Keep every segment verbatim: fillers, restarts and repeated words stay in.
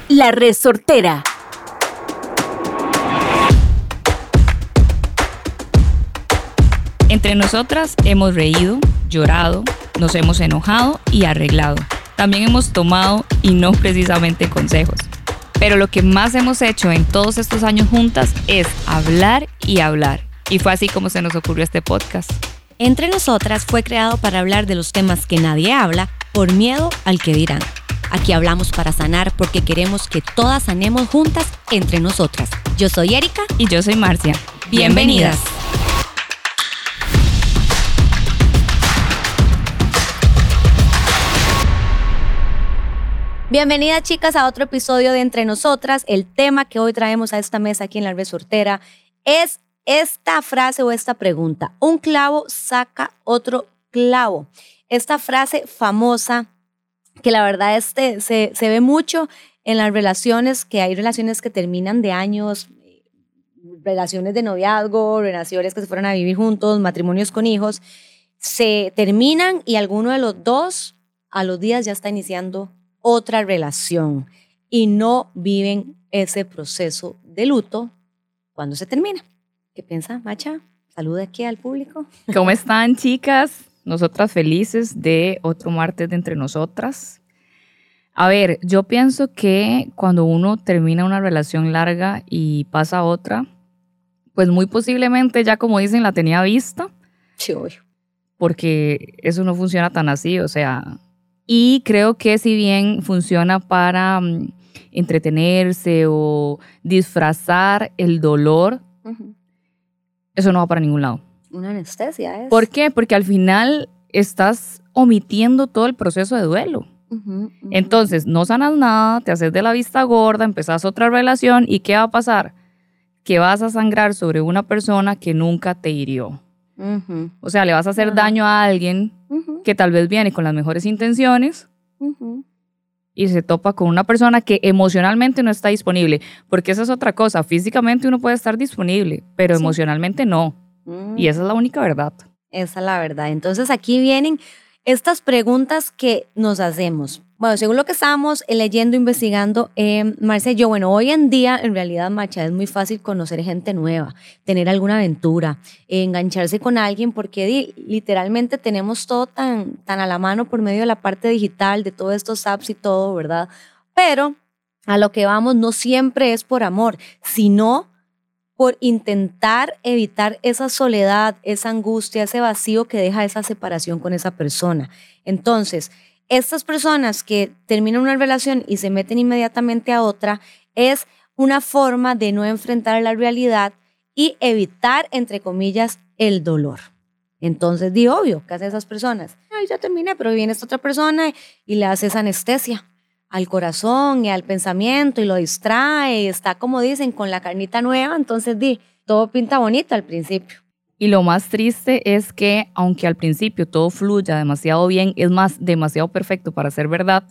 La Resortera. Entre nosotras hemos reído, llorado, nos hemos enojado y arreglado. También hemos tomado y no precisamente consejos. Pero lo que más hemos hecho en todos estos años juntas es hablar y hablar. Y fue así como se nos ocurrió este podcast. Entre Nosotras fue creado para hablar de los temas que nadie habla por miedo al que dirán. Aquí hablamos para sanar porque queremos que todas sanemos juntas entre nosotras. Yo soy Erika. Y yo soy Marcia. Bienvenidas. Bienvenidas, chicas, a otro episodio de Entre Nosotras. El tema que hoy traemos a esta mesa aquí en La Resortera es esta frase o esta pregunta. Un clavo saca otro clavo. Esta frase famosa que la verdad este, se, se ve mucho en las relaciones, que hay relaciones que terminan de años, relaciones de noviazgo, relaciones que se fueron a vivir juntos, matrimonios con hijos, se terminan y alguno de los dos a los días ya está iniciando otra relación y no viven ese proceso de luto cuando se termina. ¿Qué piensa, Macha? Saluda aquí al público. ¿Cómo están, chicas? Nosotras felices de otro martes de Entre Nosotras. A ver, yo pienso que cuando uno termina una relación larga y pasa a otra, pues muy posiblemente ya, como dicen, la tenía vista. Sí, obvio. Porque eso no funciona tan así, o sea... Y creo que si bien funciona para um, entretenerse o disfrazar el dolor, uh-huh. Eso no va para ningún lado. Una anestesia es. ¿Por qué? Porque al final estás omitiendo todo el proceso de duelo. Uh-huh, uh-huh. Entonces, no sanas nada, te haces de la vista gorda, empezás otra relación y ¿qué va a pasar? Que vas a sangrar sobre una persona que nunca te hirió. Uh-huh. O sea, le vas a hacer uh-huh. daño a alguien uh-huh. que tal vez viene con las mejores intenciones uh-huh. y se topa con una persona que emocionalmente no está disponible. Porque esa es otra cosa. Físicamente uno puede estar disponible, pero sí. emocionalmente no. Uh-huh. Y esa es la única verdad. Esa es la verdad. Entonces aquí vienen estas preguntas que nos hacemos. Bueno, según lo que estábamos leyendo, investigando, eh, Marcia y yo, bueno, hoy en día, en realidad, Macha, es muy fácil conocer gente nueva, tener alguna aventura, eh, engancharse con alguien, porque di, literalmente tenemos todo tan, tan a la mano por medio de la parte digital, de todos estos apps y todo, ¿verdad? Pero a lo que vamos no siempre es por amor, sino por intentar evitar esa soledad, esa angustia, ese vacío que deja esa separación con esa persona. Entonces, estas personas que terminan una relación y se meten inmediatamente a otra es una forma de no enfrentar la realidad y evitar, entre comillas, el dolor. Entonces, di obvio, ¿qué hacen esas personas? Ay, ya terminé, pero viene esta otra persona y le hace esa anestesia al corazón y al pensamiento y lo distrae y está, como dicen, con la carnita nueva. Entonces, di, todo pinta bonito al principio. Y lo más triste es que, aunque al principio todo fluya demasiado bien, es más, demasiado perfecto para ser verdad,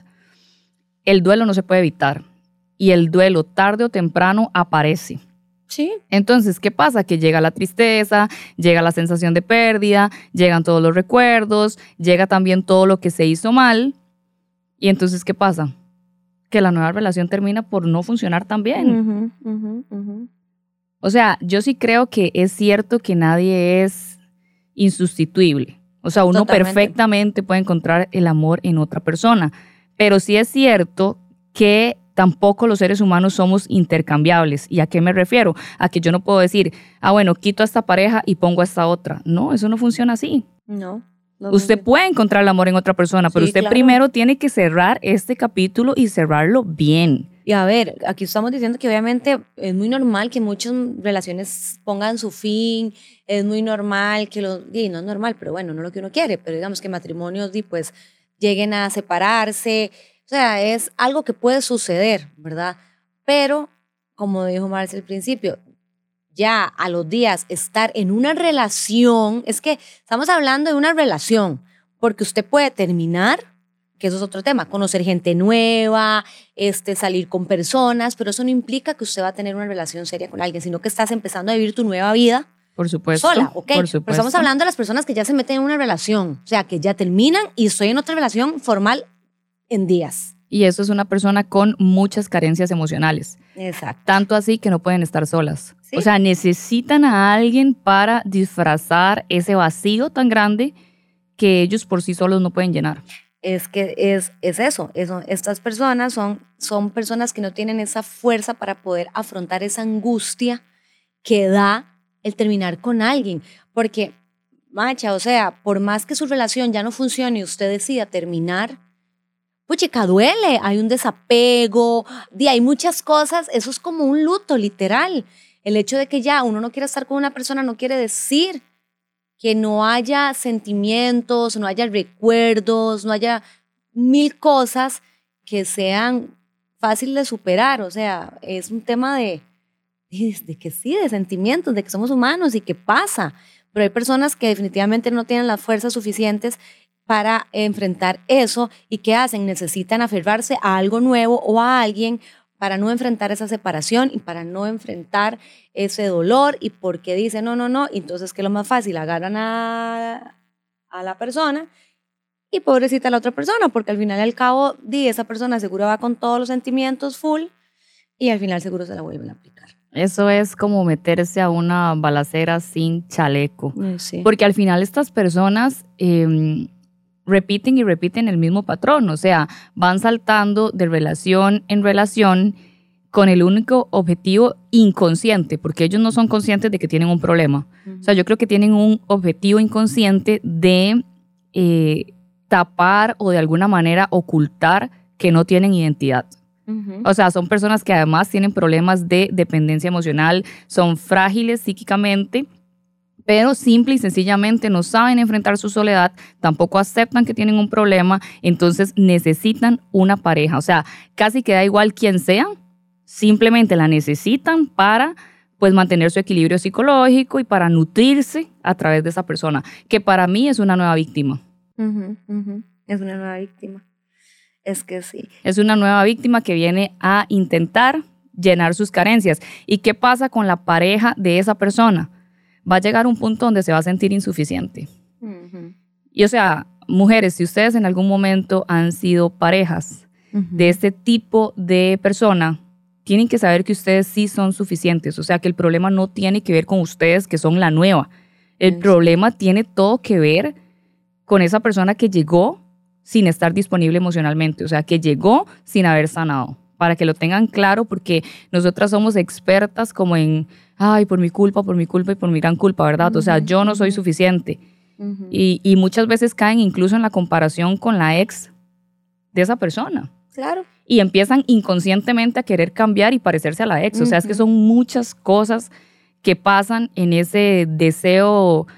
el duelo no se puede evitar. Y el duelo, tarde o temprano, aparece. Sí. Entonces, ¿qué pasa? Que llega la tristeza, llega la sensación de pérdida, llegan todos los recuerdos, llega también todo lo que se hizo mal. Y entonces, ¿qué pasa? Que la nueva relación termina por no funcionar tan bien. Uh-huh, uh-huh, uh-huh. O sea, yo sí creo que es cierto que nadie es insustituible. O sea, uno Totalmente. perfectamente puede encontrar el amor en otra persona. Pero sí es cierto que tampoco los seres humanos somos intercambiables. ¿Y a qué me refiero? A que yo no puedo decir, ah, bueno, quito a esta pareja y pongo a esta otra. No, eso no funciona así. No. no usted no. puede encontrar el amor en otra persona, pero sí, usted claro. primero tiene que cerrar este capítulo y cerrarlo bien. Y a ver, aquí estamos diciendo que obviamente es muy normal que muchas relaciones pongan su fin, es muy normal que los, y no es normal, pero bueno, no es lo que uno quiere, pero digamos que matrimonios y pues lleguen a separarse, o sea, es algo que puede suceder, ¿verdad? Pero, como dijo Marcia al principio, ya a los días estar en una relación, es que estamos hablando de una relación, porque usted puede terminar, que eso es otro tema, conocer gente nueva, este, salir con personas, pero eso no implica que usted va a tener una relación seria con alguien, sino que estás empezando a vivir tu nueva vida por supuesto, sola, ¿ok? Por supuesto. Pero estamos hablando de las personas que ya se meten en una relación, o sea, que ya terminan y estoy en otra relación formal en días. Y eso es una persona con muchas carencias emocionales. Exacto. Tanto así que no pueden estar solas. Sí. O sea, necesitan a alguien para disfrazar ese vacío tan grande que ellos por sí solos no pueden llenar. Es que es, es eso, eso, estas personas son, son personas que no tienen esa fuerza para poder afrontar esa angustia que da el terminar con alguien. Porque, macha, o sea, por más que su relación ya no funcione y usted decida terminar, puchica, duele, hay un desapego, hay muchas cosas, eso es como un luto, literal. El hecho de que ya uno no quiera estar con una persona no quiere decir que no haya sentimientos, no haya recuerdos, no haya mil cosas que sean fáciles de superar. O sea, es un tema de, de, de que sí, de sentimientos, de que somos humanos y que pasa. Pero hay personas que definitivamente no tienen las fuerzas suficientes para enfrentar eso y ¿qué hacen? Necesitan aferrarse a algo nuevo o a alguien para no enfrentar esa separación y para no enfrentar ese dolor y porque dicen no, no, no, entonces ¿qué es lo más fácil? Agarran a, a la persona y pobrecita la otra persona, porque al final y al cabo, di, esa persona seguro va con todos los sentimientos full y al final seguro se la vuelven a aplicar. Eso es como meterse a una balacera sin chaleco. Sí. Porque al final estas personas eh, repiten y repiten el mismo patrón, o sea, van saltando de relación en relación con el único objetivo inconsciente, porque ellos no son conscientes de que tienen un problema. Uh-huh. O sea, yo creo que tienen un objetivo inconsciente de eh, tapar o de alguna manera ocultar que no tienen identidad. Uh-huh. O sea, son personas que además tienen problemas de dependencia emocional, son frágiles psíquicamente, pero simple y sencillamente no saben enfrentar su soledad, tampoco aceptan que tienen un problema, entonces necesitan una pareja. O sea, casi que da igual quién sea, simplemente la necesitan para pues, mantener su equilibrio psicológico y para nutrirse a través de esa persona, que para mí es una nueva víctima. Uh-huh, uh-huh. Es una nueva víctima. Es que sí. Es una nueva víctima que viene a intentar llenar sus carencias. ¿Y qué pasa con la pareja de esa persona? Va a llegar un punto donde se va a sentir insuficiente. Uh-huh. Y o sea, mujeres, si ustedes en algún momento han sido parejas uh-huh. de este tipo de persona, tienen que saber que ustedes sí son suficientes. O sea, que el problema no tiene que ver con ustedes, que son la nueva. El uh-huh. problema tiene todo que ver con esa persona que llegó sin estar disponible emocionalmente. O sea, que llegó sin haber sanado. Para que lo tengan claro, porque nosotras somos expertas como en, ay, por mi culpa, por mi culpa y por mi gran culpa, ¿verdad? Uh-huh, o sea, yo no soy suficiente. Uh-huh. Y, y muchas veces caen incluso en la comparación con la ex de esa persona. Claro. Y empiezan inconscientemente a querer cambiar y parecerse a la ex. Uh-huh. O sea, es que son muchas cosas que pasan en ese deseo,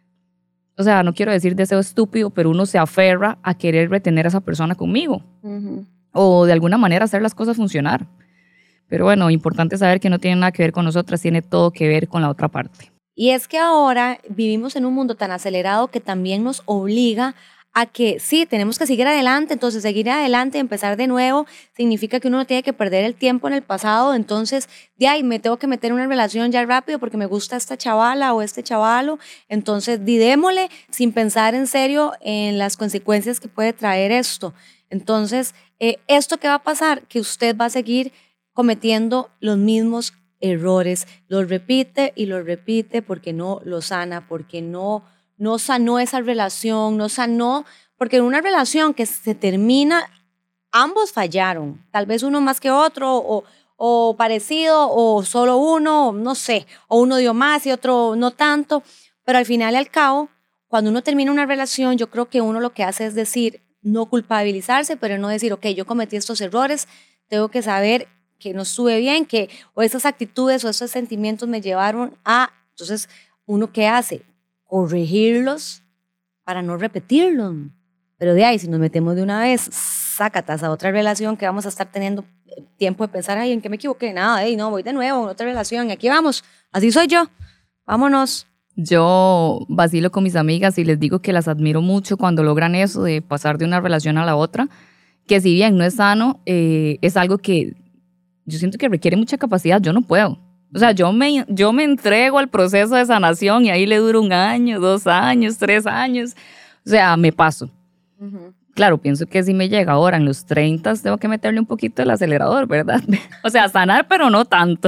o sea, no quiero decir deseo estúpido, pero uno se aferra a querer retener a esa persona conmigo. Uh-huh. O de alguna manera hacer las cosas funcionar. Pero bueno, importante saber que no tiene nada que ver con nosotras, tiene todo que ver con la otra parte. Y es que ahora vivimos en un mundo tan acelerado que también nos obliga a que sí, tenemos que seguir adelante, entonces seguir adelante y empezar de nuevo significa que uno no tiene que perder el tiempo en el pasado, entonces de ahí me tengo que meter en una relación ya rápido porque me gusta esta chavala o este chavalo, entonces di démosle sin pensar en serio en las consecuencias que puede traer esto. Entonces, eh, ¿esto qué va a pasar? Que usted va a seguir cometiendo los mismos errores, los repite y los repite porque no lo sana, porque no, no sanó esa relación, no sanó, porque en una relación que se termina, ambos fallaron, tal vez uno más que otro, o, o parecido, o solo uno, no sé, o uno dio más y otro no tanto, pero al final y al cabo, cuando uno termina una relación, yo creo que uno lo que hace es decir, no culpabilizarse, pero no decir, ok, yo cometí estos errores, tengo que saber que no estuve bien, que o esas actitudes o esos sentimientos me llevaron a... Entonces, ¿uno qué hace? Corregirlos para no repetirlos. Pero de ahí, si nos metemos de una vez, sácatas a otra relación que vamos a estar teniendo tiempo de pensar, ay, ¿en qué me equivoqué? Nada, hey, no, voy de nuevo a otra relación y aquí vamos. Así soy yo. Vámonos. Yo vacilo con mis amigas y les digo que las admiro mucho cuando logran eso de pasar de una relación a la otra, que si bien no es sano, eh, es algo que yo siento que requiere mucha capacidad, yo no puedo. O sea, yo me, yo me entrego al proceso de sanación y ahí le dura un año, dos años, tres años, o sea, me paso. Uh-huh. Claro, pienso que si me llega ahora en los treinta, tengo que meterle un poquito el acelerador, ¿verdad? O sea, sanar, pero no tanto.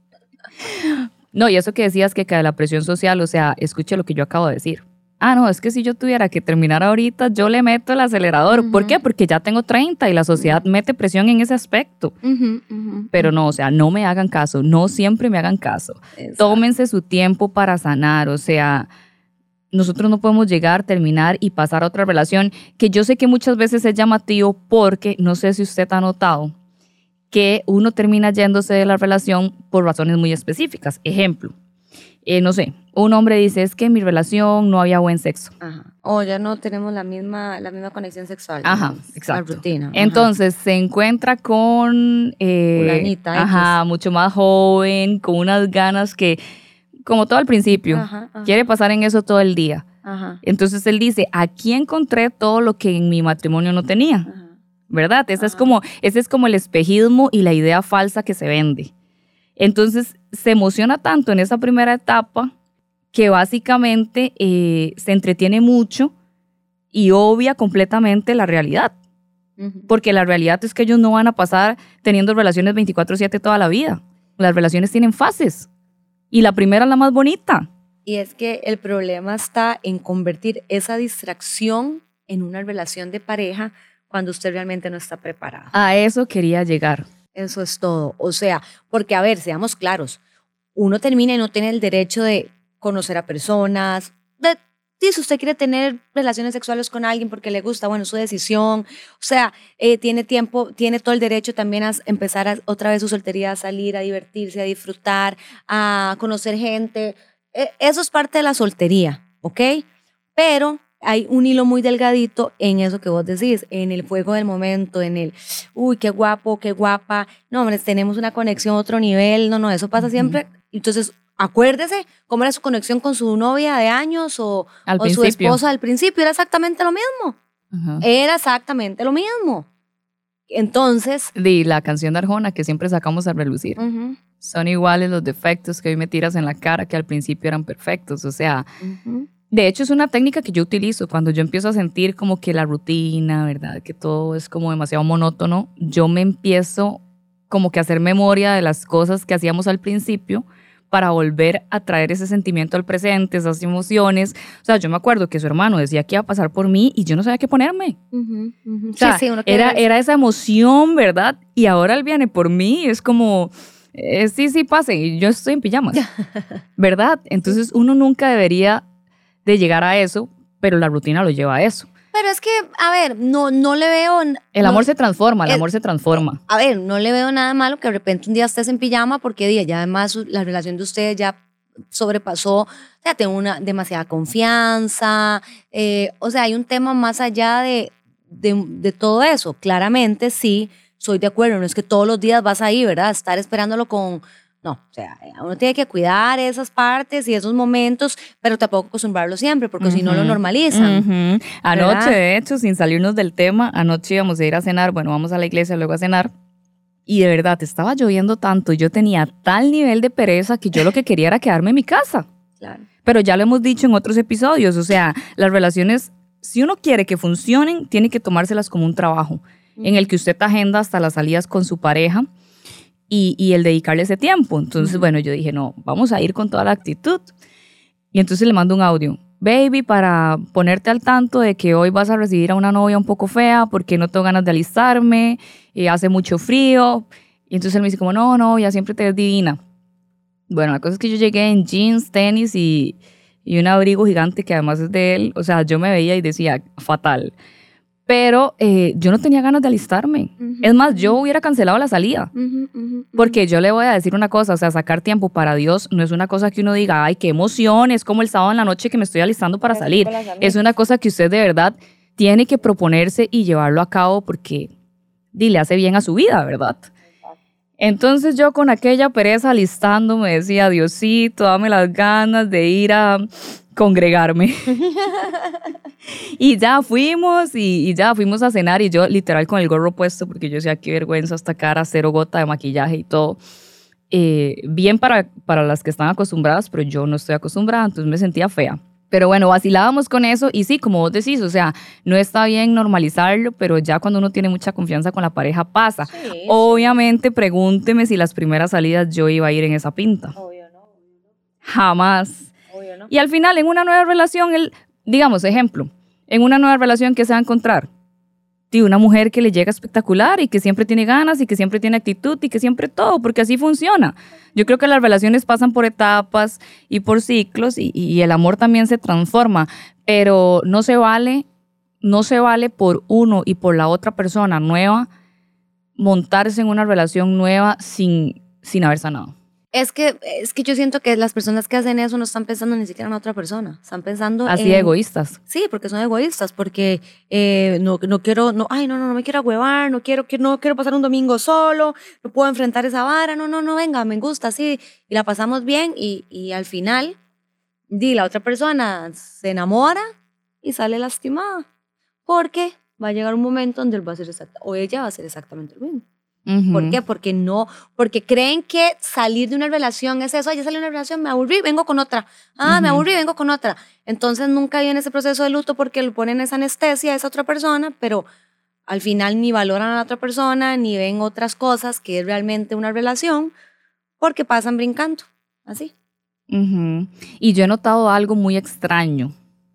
No, y eso que decías que cae la presión social, o sea, escuche lo que yo acabo de decir. Ah, no, es que si yo tuviera que terminar ahorita, yo le meto el acelerador. Uh-huh. ¿Por qué? Porque ya tengo treinta y la sociedad uh-huh. mete presión en ese aspecto. Uh-huh, uh-huh. Pero no, o sea, no me hagan caso, no siempre me hagan caso. Exacto. Tómense su tiempo para sanar, o sea, nosotros no podemos llegar, terminar y pasar a otra relación, que yo sé que muchas veces es llamativo porque, no sé si usted ha notado, que uno termina yéndose de la relación por razones muy específicas. Ejemplo, eh, no sé, un hombre dice, es que en mi relación no había buen sexo. Ajá. O ya no tenemos la misma, la misma conexión sexual. Ajá, digamos, exacto. La rutina. Ajá. Entonces se encuentra con... Eh, Fulanita, ajá, X. Mucho más joven, con unas ganas que, como todo al principio, ajá, ajá. quiere pasar en eso todo el día. Ajá. Entonces él dice, aquí encontré todo lo que en mi matrimonio no tenía. Ajá. ¿Verdad? Ese es, como, ese es como el espejismo y la idea falsa que se vende. Entonces, se emociona tanto en esa primera etapa que básicamente eh, se entretiene mucho y obvia completamente la realidad. Uh-huh. Porque la realidad es que ellos no van a pasar teniendo relaciones veinticuatro siete toda la vida. Las relaciones tienen fases y la primera es la más bonita. Y es que el problema está en convertir esa distracción en una relación de pareja cuando usted realmente no está preparado. A eso quería llegar. Eso es todo. O sea, porque a ver, seamos claros, uno termina y no tiene el derecho de conocer a personas, de, si usted quiere tener relaciones sexuales con alguien porque le gusta, bueno, su decisión. O sea, eh, tiene tiempo, tiene todo el derecho también a empezar a, otra vez su soltería, a salir, a divertirse, a disfrutar, a conocer gente. Eh, eso es parte de la soltería, ¿ok? Pero hay un hilo muy delgadito en eso que vos decís, en el fuego del momento, en el, uy, qué guapo, qué guapa, no, hombre, tenemos una conexión a otro nivel, no, no, eso pasa uh-huh. siempre. Entonces, acuérdese cómo era su conexión con su novia de años o, o su esposa al principio, era exactamente lo mismo. Uh-huh. Era exactamente lo mismo. Entonces... De la canción de Arjona que siempre sacamos a relucir. Uh-huh. Son iguales los defectos que hoy me tiras en la cara que al principio eran perfectos, o sea... Uh-huh. De hecho, es una técnica que yo utilizo cuando yo empiezo a sentir como que la rutina, ¿verdad? Que todo es como demasiado monótono. Yo me empiezo como que a hacer memoria de las cosas que hacíamos al principio para volver a traer ese sentimiento al presente, esas emociones. O sea, yo me acuerdo que su hermano decía que iba a pasar por mí y yo no sabía qué ponerme. Uh-huh, uh-huh. O sea, sí, sí, uno era, era esa emoción, ¿verdad? Y ahora él viene por mí, es como... Eh, sí, sí, pase, y yo estoy en pijamas, ¿verdad? Entonces uno nunca debería... de llegar a eso, pero la rutina lo lleva a eso. Pero es que, a ver, no, no le veo... El no, amor se transforma, el, el amor se transforma. A ver, no le veo nada malo que de repente un día estés en pijama porque día, ya además la relación de ustedes ya sobrepasó, o sea, tengo una demasiada confianza, eh, o sea, hay un tema más allá de, de, de todo eso. Claramente sí, soy de acuerdo, no es que todos los días vas ahí, ¿verdad? Estar esperándolo con... No, o sea, uno tiene que cuidar esas partes y esos momentos, pero tampoco acostumbrarlo siempre, porque uh-huh. si no lo normalizan. Uh-huh. Anoche, de hecho, sin salirnos del tema, anoche íbamos a ir a cenar, bueno, vamos a la iglesia, luego a cenar, y de verdad, estaba lloviendo tanto y yo tenía tal nivel de pereza que yo lo que quería era quedarme en mi casa. Claro. Pero ya lo hemos dicho en otros episodios, o sea, las relaciones, si uno quiere que funcionen, tiene que tomárselas como un trabajo, uh-huh. en el que usted agenda hasta las salidas con su pareja, Y, y el dedicarle ese tiempo. Entonces, uh-huh. bueno, yo dije, no, vamos a ir con toda la actitud. Y entonces le mando un audio. Baby, para ponerte al tanto de que hoy vas a recibir a una novia un poco fea porque no tengo ganas de alistarme, y hace mucho frío. Y entonces él me dice como, no, no, ya siempre te ves divina. Bueno, la cosa es que yo llegué en jeans, tenis y, y un abrigo gigante que además es de él. O sea, yo me veía y decía, fatal. Pero eh, yo no tenía ganas de alistarme. Uh-huh. Es más, yo hubiera cancelado la salida. Uh-huh, uh-huh, porque yo le voy a decir una cosa, o sea, sacar tiempo para Dios no es una cosa que uno diga, ay, qué emoción, es como el sábado en la noche que me estoy alistando para salir. Es una cosa que usted de verdad tiene que proponerse y llevarlo a cabo porque di, le hace bien a su vida, ¿verdad? Entonces yo con aquella pereza alistando me decía, Diosito, dame las ganas de ir a congregarme. Y ya fuimos y, y ya fuimos a cenar y yo literal con el gorro puesto porque yo decía, qué vergüenza esta cara, cero gota de maquillaje y todo. Eh, bien para, para las que están acostumbradas, pero yo no estoy acostumbrada, entonces me sentía fea. Pero bueno, vacilábamos con eso y sí, como vos decís, o sea, no está bien normalizarlo, pero ya cuando uno tiene mucha confianza con la pareja pasa. Sí, Obviamente, pregúnteme si las primeras salidas yo iba a ir en esa pinta. Obvio no, obvio no. Jamás. Obvio no. Y al final, en una nueva relación, el, digamos, ejemplo, en una nueva relación, ¿qué se va a encontrar? Sí, una mujer que le llega espectacular y que siempre tiene ganas y que siempre tiene actitud y que siempre todo, porque así funciona. Yo creo que las relaciones pasan por etapas y por ciclos y, y el amor también se transforma, pero no se vale, no se vale por uno y por la otra persona nueva montarse en una relación nueva sin, sin haber sanado. Es que, es que yo siento que las personas que hacen eso no están pensando ni siquiera en otra persona. Están pensando Así en... egoístas. Sí, porque son egoístas, porque eh, no, no quiero, no, ay, no, no, no me quiero agüevar, no quiero, que, no quiero pasar un domingo solo, no puedo enfrentar esa vara, no, no, no, venga, me gusta, sí, y la pasamos bien y, y al final, di, la otra persona se enamora y sale lastimada, porque va a llegar un momento donde él va a hacer exacta, o ella va a hacer exactamente lo mismo. Uh-huh. ¿Por qué? Porque no, porque creen que salir de una relación es eso, ya salí de una relación, me aburrí, vengo con otra, ah, uh-huh. me aburrí, vengo con otra. Entonces nunca viene ese proceso de luto porque le ponen esa anestesia a esa otra persona, pero al final ni valoran a la otra persona, ni ven otras cosas que es realmente una relación, porque pasan brincando, así. Uh-huh. Y yo he notado algo muy extraño,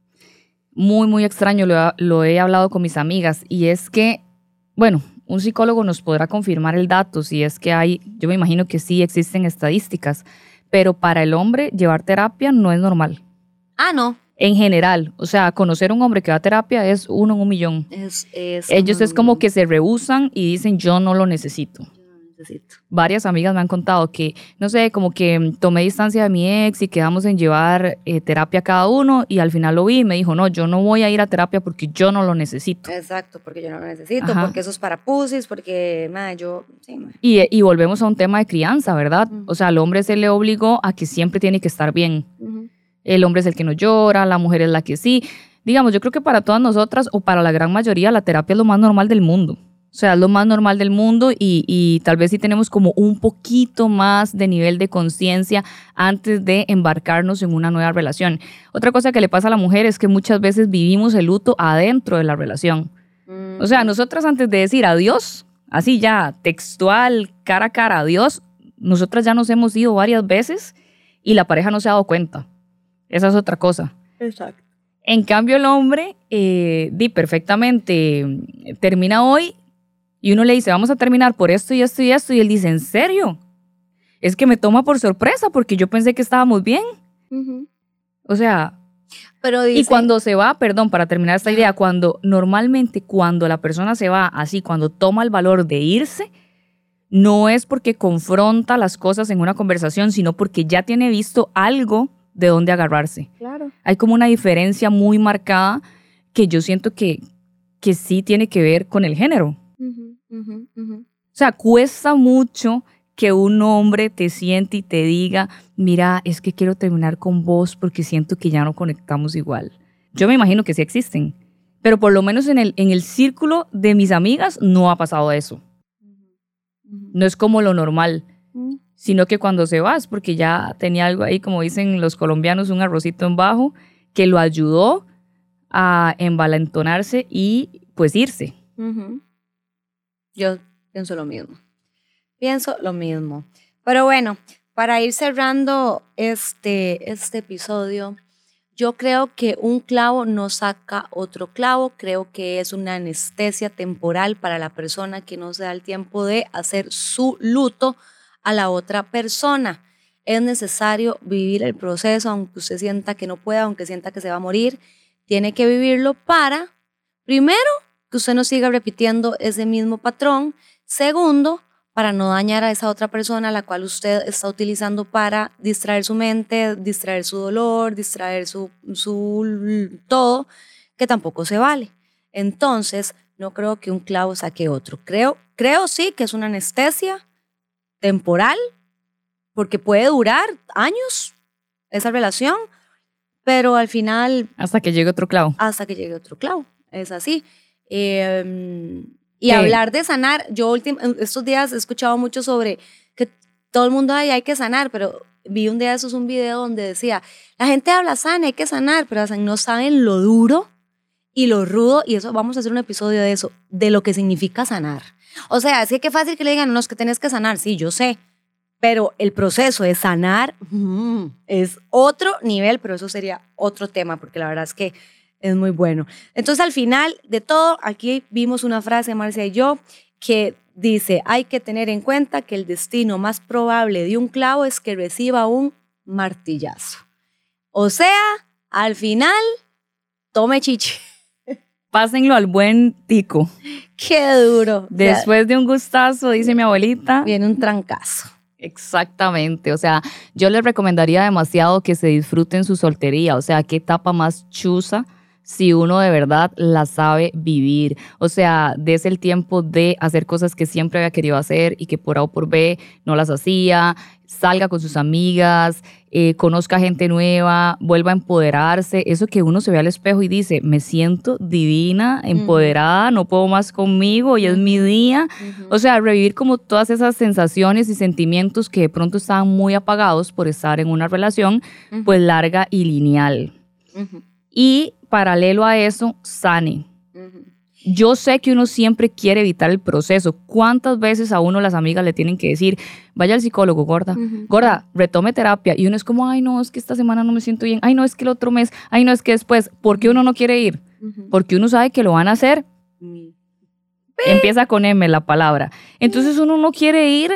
muy, muy extraño, lo, lo he hablado con mis amigas, y es que, bueno, un psicólogo nos podrá confirmar el dato, si es que hay, yo me imagino que sí existen estadísticas, pero para el hombre llevar terapia no es normal. Ah, no. En general, o sea, conocer a un hombre que va a terapia es uno en un millón. Es, es Ellos uno es como que se rehúsan y dicen, yo no lo necesito. Necesito. Varias amigas me han contado que, no sé, como que tomé distancia de mi ex y quedamos en llevar eh, terapia cada uno y al final lo vi y me dijo, no, yo no voy a ir a terapia porque yo no lo necesito. Exacto, porque yo no lo necesito, Ajá. porque eso es para pusis, porque, madre, yo, sí, madre. Y, y volvemos a un tema de crianza, ¿verdad? Uh-huh. O sea, al hombre se le obligó a que siempre tiene que estar bien. Uh-huh. El hombre es el que no llora, la mujer es la que sí. Digamos, yo creo que para todas nosotras o para la gran mayoría la terapia es lo más normal del mundo. O sea, es lo más normal del mundo y, y tal vez sí tenemos como un poquito más de nivel de conciencia antes de embarcarnos en una nueva relación. Otra cosa que le pasa a la mujer es que muchas veces vivimos el luto adentro de la relación. Mm. O sea, nosotras antes de decir adiós, así ya textual, cara a cara, adiós, nosotras ya nos hemos ido varias veces y la pareja no se ha dado cuenta. Esa es otra cosa. Exacto. En cambio, el hombre, eh, di perfectamente, termina hoy. Y uno le dice, vamos a terminar por esto y esto y esto. Y él dice, ¿en serio? Es que me toma por sorpresa porque yo pensé que estábamos bien. Uh-huh. O sea, pero dice, y cuando se va, perdón, para terminar esta idea, cuando normalmente cuando la persona se va así, cuando toma el valor de irse, no es porque confronta las cosas en una conversación, sino porque ya tiene visto algo de dónde agarrarse. Claro. Hay como una diferencia muy marcada que yo siento que, que sí tiene que ver con el género. Uh-huh, uh-huh, uh-huh. O sea, cuesta mucho que un hombre te siente y te diga, mira, es que quiero terminar con vos porque siento que ya no conectamos igual. Yo me imagino que sí existen, pero por lo menos en el, en el círculo de mis amigas no ha pasado eso. Uh-huh, uh-huh. No es como lo normal, uh-huh. sino que cuando se va es porque ya tenía algo ahí, como dicen los colombianos, un arrocito en bajo, que lo ayudó a envalentonarse y pues irse. Uh-huh. Yo pienso lo mismo. Pienso lo mismo. Pero bueno, para ir cerrando este, este episodio, yo creo que un clavo no saca otro clavo. Creo que es una anestesia temporal para la persona que no se da el tiempo de hacer su luto a la otra persona. Es necesario vivir el proceso, aunque usted sienta que no pueda, aunque sienta que se va a morir. Tiene que vivirlo para, primero, que usted no siga repitiendo ese mismo patrón. Segundo, para no dañar a esa otra persona a la cual usted está utilizando para distraer su mente, distraer su dolor, distraer su, su todo, que tampoco se vale. Entonces, no creo que un clavo saque otro. Creo, creo sí que es una anestesia temporal, porque puede durar años esa relación, pero al final... Hasta que llegue otro clavo. Hasta que llegue otro clavo, es así. Eh, y ¿Qué? Hablar de sanar, yo ultim- estos días he escuchado mucho sobre que todo el mundo ay, hay que sanar, pero vi un día de esos un video donde decía, la gente habla sana, hay que sanar, pero no saben lo duro y lo rudo, y eso vamos a hacer un episodio de eso, de lo que significa sanar. O sea, es que qué fácil que le digan, no, es que tenés que sanar, sí, yo sé, pero el proceso de sanar mm, es otro nivel, pero eso sería otro tema, porque la verdad es que es muy bueno. Entonces, al final de todo, aquí vimos una frase, Marcia y yo, que dice, hay que tener en cuenta que el destino más probable de un clavo es que reciba un martillazo. O sea, al final, tome chichi. Pásenlo al buen tico. Qué duro. Después de un gustazo, dice mi abuelita, viene un trancazo. Exactamente, o sea, yo les recomendaría demasiado que se disfruten su soltería, o sea, qué etapa más chusa si uno de verdad la sabe vivir. O sea, des el tiempo de hacer cosas que siempre había querido hacer y que por A o por B no las hacía, salga con sus amigas, eh, conozca gente nueva, vuelva a empoderarse, eso que uno se ve al espejo y dice, me siento divina, empoderada, uh-huh. no puedo más conmigo y uh-huh. es mi día. Uh-huh. O sea, revivir como todas esas sensaciones y sentimientos que de pronto estaban muy apagados por estar en una relación uh-huh. pues larga y lineal. Uh-huh. Y paralelo a eso, sane. Uh-huh. Yo sé que uno siempre quiere evitar el proceso. ¿Cuántas veces a uno las amigas le tienen que decir, vaya al psicólogo, gorda, uh-huh. gorda, retome terapia? Y uno es como, ay no, es que esta semana no me siento bien, ay no, es que el otro mes, ay no, es que después. ¿Por qué uno no quiere ir? Uh-huh. Porque uno sabe que lo van a hacer. Uh-huh. Empieza con M la palabra. Entonces uno no quiere ir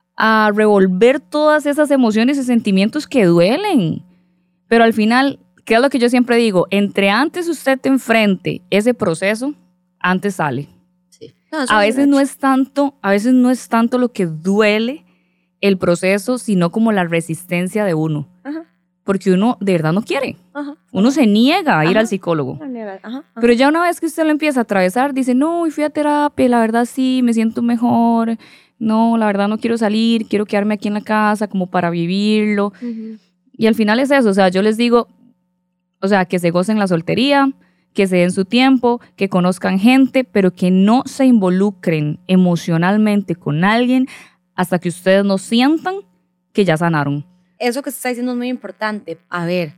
a revolver todas esas emociones y sentimientos que duelen. Pero al final, ¿qué es lo que yo siempre digo? Entre antes usted te enfrente ese proceso, antes sale. Sí. No, a veces no es tanto, a veces no es tanto lo que duele el proceso, sino como la resistencia de uno. Ajá. Porque uno de verdad no quiere. Ajá. Uno se niega a ir ajá. al psicólogo. Ajá. Ajá. Pero ya una vez que usted lo empieza a atravesar, dice, no, fui a terapia, la verdad sí, me siento mejor. No, la verdad no quiero salir, quiero quedarme aquí en la casa como para vivirlo. Uh-huh. Y al final es eso, o sea, yo les digo, o sea, que se gocen la soltería, que se den su tiempo, que conozcan gente, pero que no se involucren emocionalmente con alguien hasta que ustedes no sientan que ya sanaron. Eso que se está diciendo es muy importante. A ver,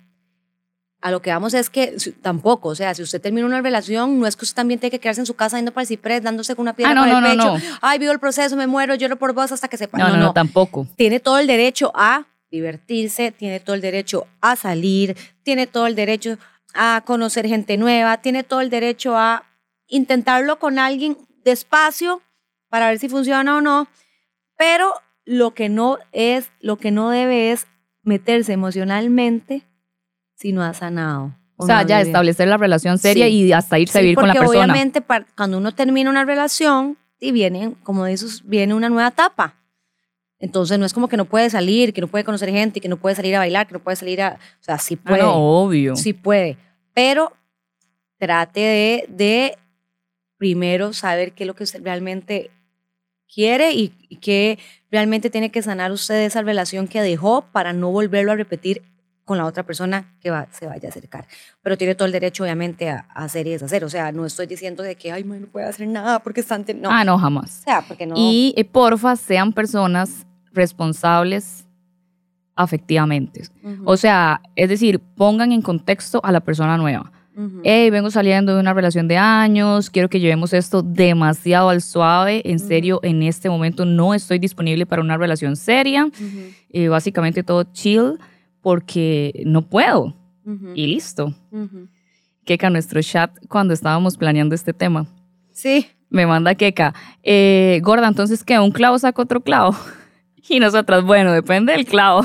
a lo que vamos es que tampoco, o sea, si usted termina una relación, no es que usted también tenga que quedarse en su casa yendo para el ciprés, dándose con una piedra ah, no, por no, el no, pecho. No. Ay, vivo el proceso, me muero, lloro por vos hasta que se... No, no, no, no, tampoco. Tiene todo el derecho a divertirse, tiene todo el derecho a salir, tiene todo el derecho a conocer gente nueva, tiene todo el derecho a intentarlo con alguien despacio para ver si funciona o no, pero lo que no es, lo que no debe es meterse emocionalmente si no ha sanado. O, o sea, no ya vive. Establecer la relación seria sí. y hasta irse sí, a vivir con la persona. Porque obviamente para, cuando uno termina una relación y viene, como dices, viene una nueva etapa. Entonces no es como que no puede salir, que no puede conocer gente, que no puede salir a bailar, que no puede salir a... O sea, sí puede. Ah, no, obvio. Sí puede. Pero trate de, de primero saber qué es lo que usted realmente quiere y, y qué realmente tiene que sanar usted de esa relación que dejó para no volverlo a repetir con la otra persona que va, se vaya a acercar. Pero tiene todo el derecho, obviamente, a, a hacer y deshacer. O sea, no estoy diciendo de que, ay, no puede hacer nada porque están... No. Ah, no, jamás. O sea, porque no... Y eh, porfa, sean personas responsables afectivamente. Uh-huh. O sea, es decir, pongan en contexto a la persona nueva. Uh-huh. Hey, vengo saliendo de una relación de años, quiero que llevemos esto demasiado al suave. En uh-huh. serio, en este momento no estoy disponible para una relación seria. Uh-huh. Eh, básicamente todo chill, porque no puedo. Uh-huh. Y listo. Uh-huh. Keka, nuestro chat, cuando estábamos planeando este tema. Sí. Me manda Keka, eh, gorda, entonces, ¿qué? ¿Un clavo saca otro clavo? Y nosotras, bueno, depende del clavo.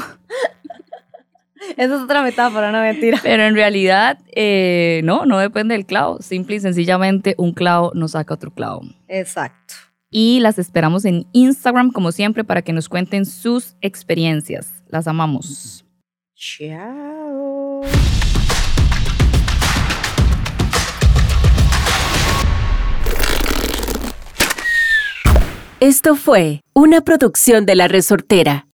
Esa es otra metáfora, no mentira. Pero en realidad, eh, no, no depende del clavo. Simple y sencillamente, un clavo no saca otro clavo. Exacto. Y las esperamos en Instagram, como siempre, para que nos cuenten sus experiencias. Las amamos. Chao. Esto fue una producción de La Resortera.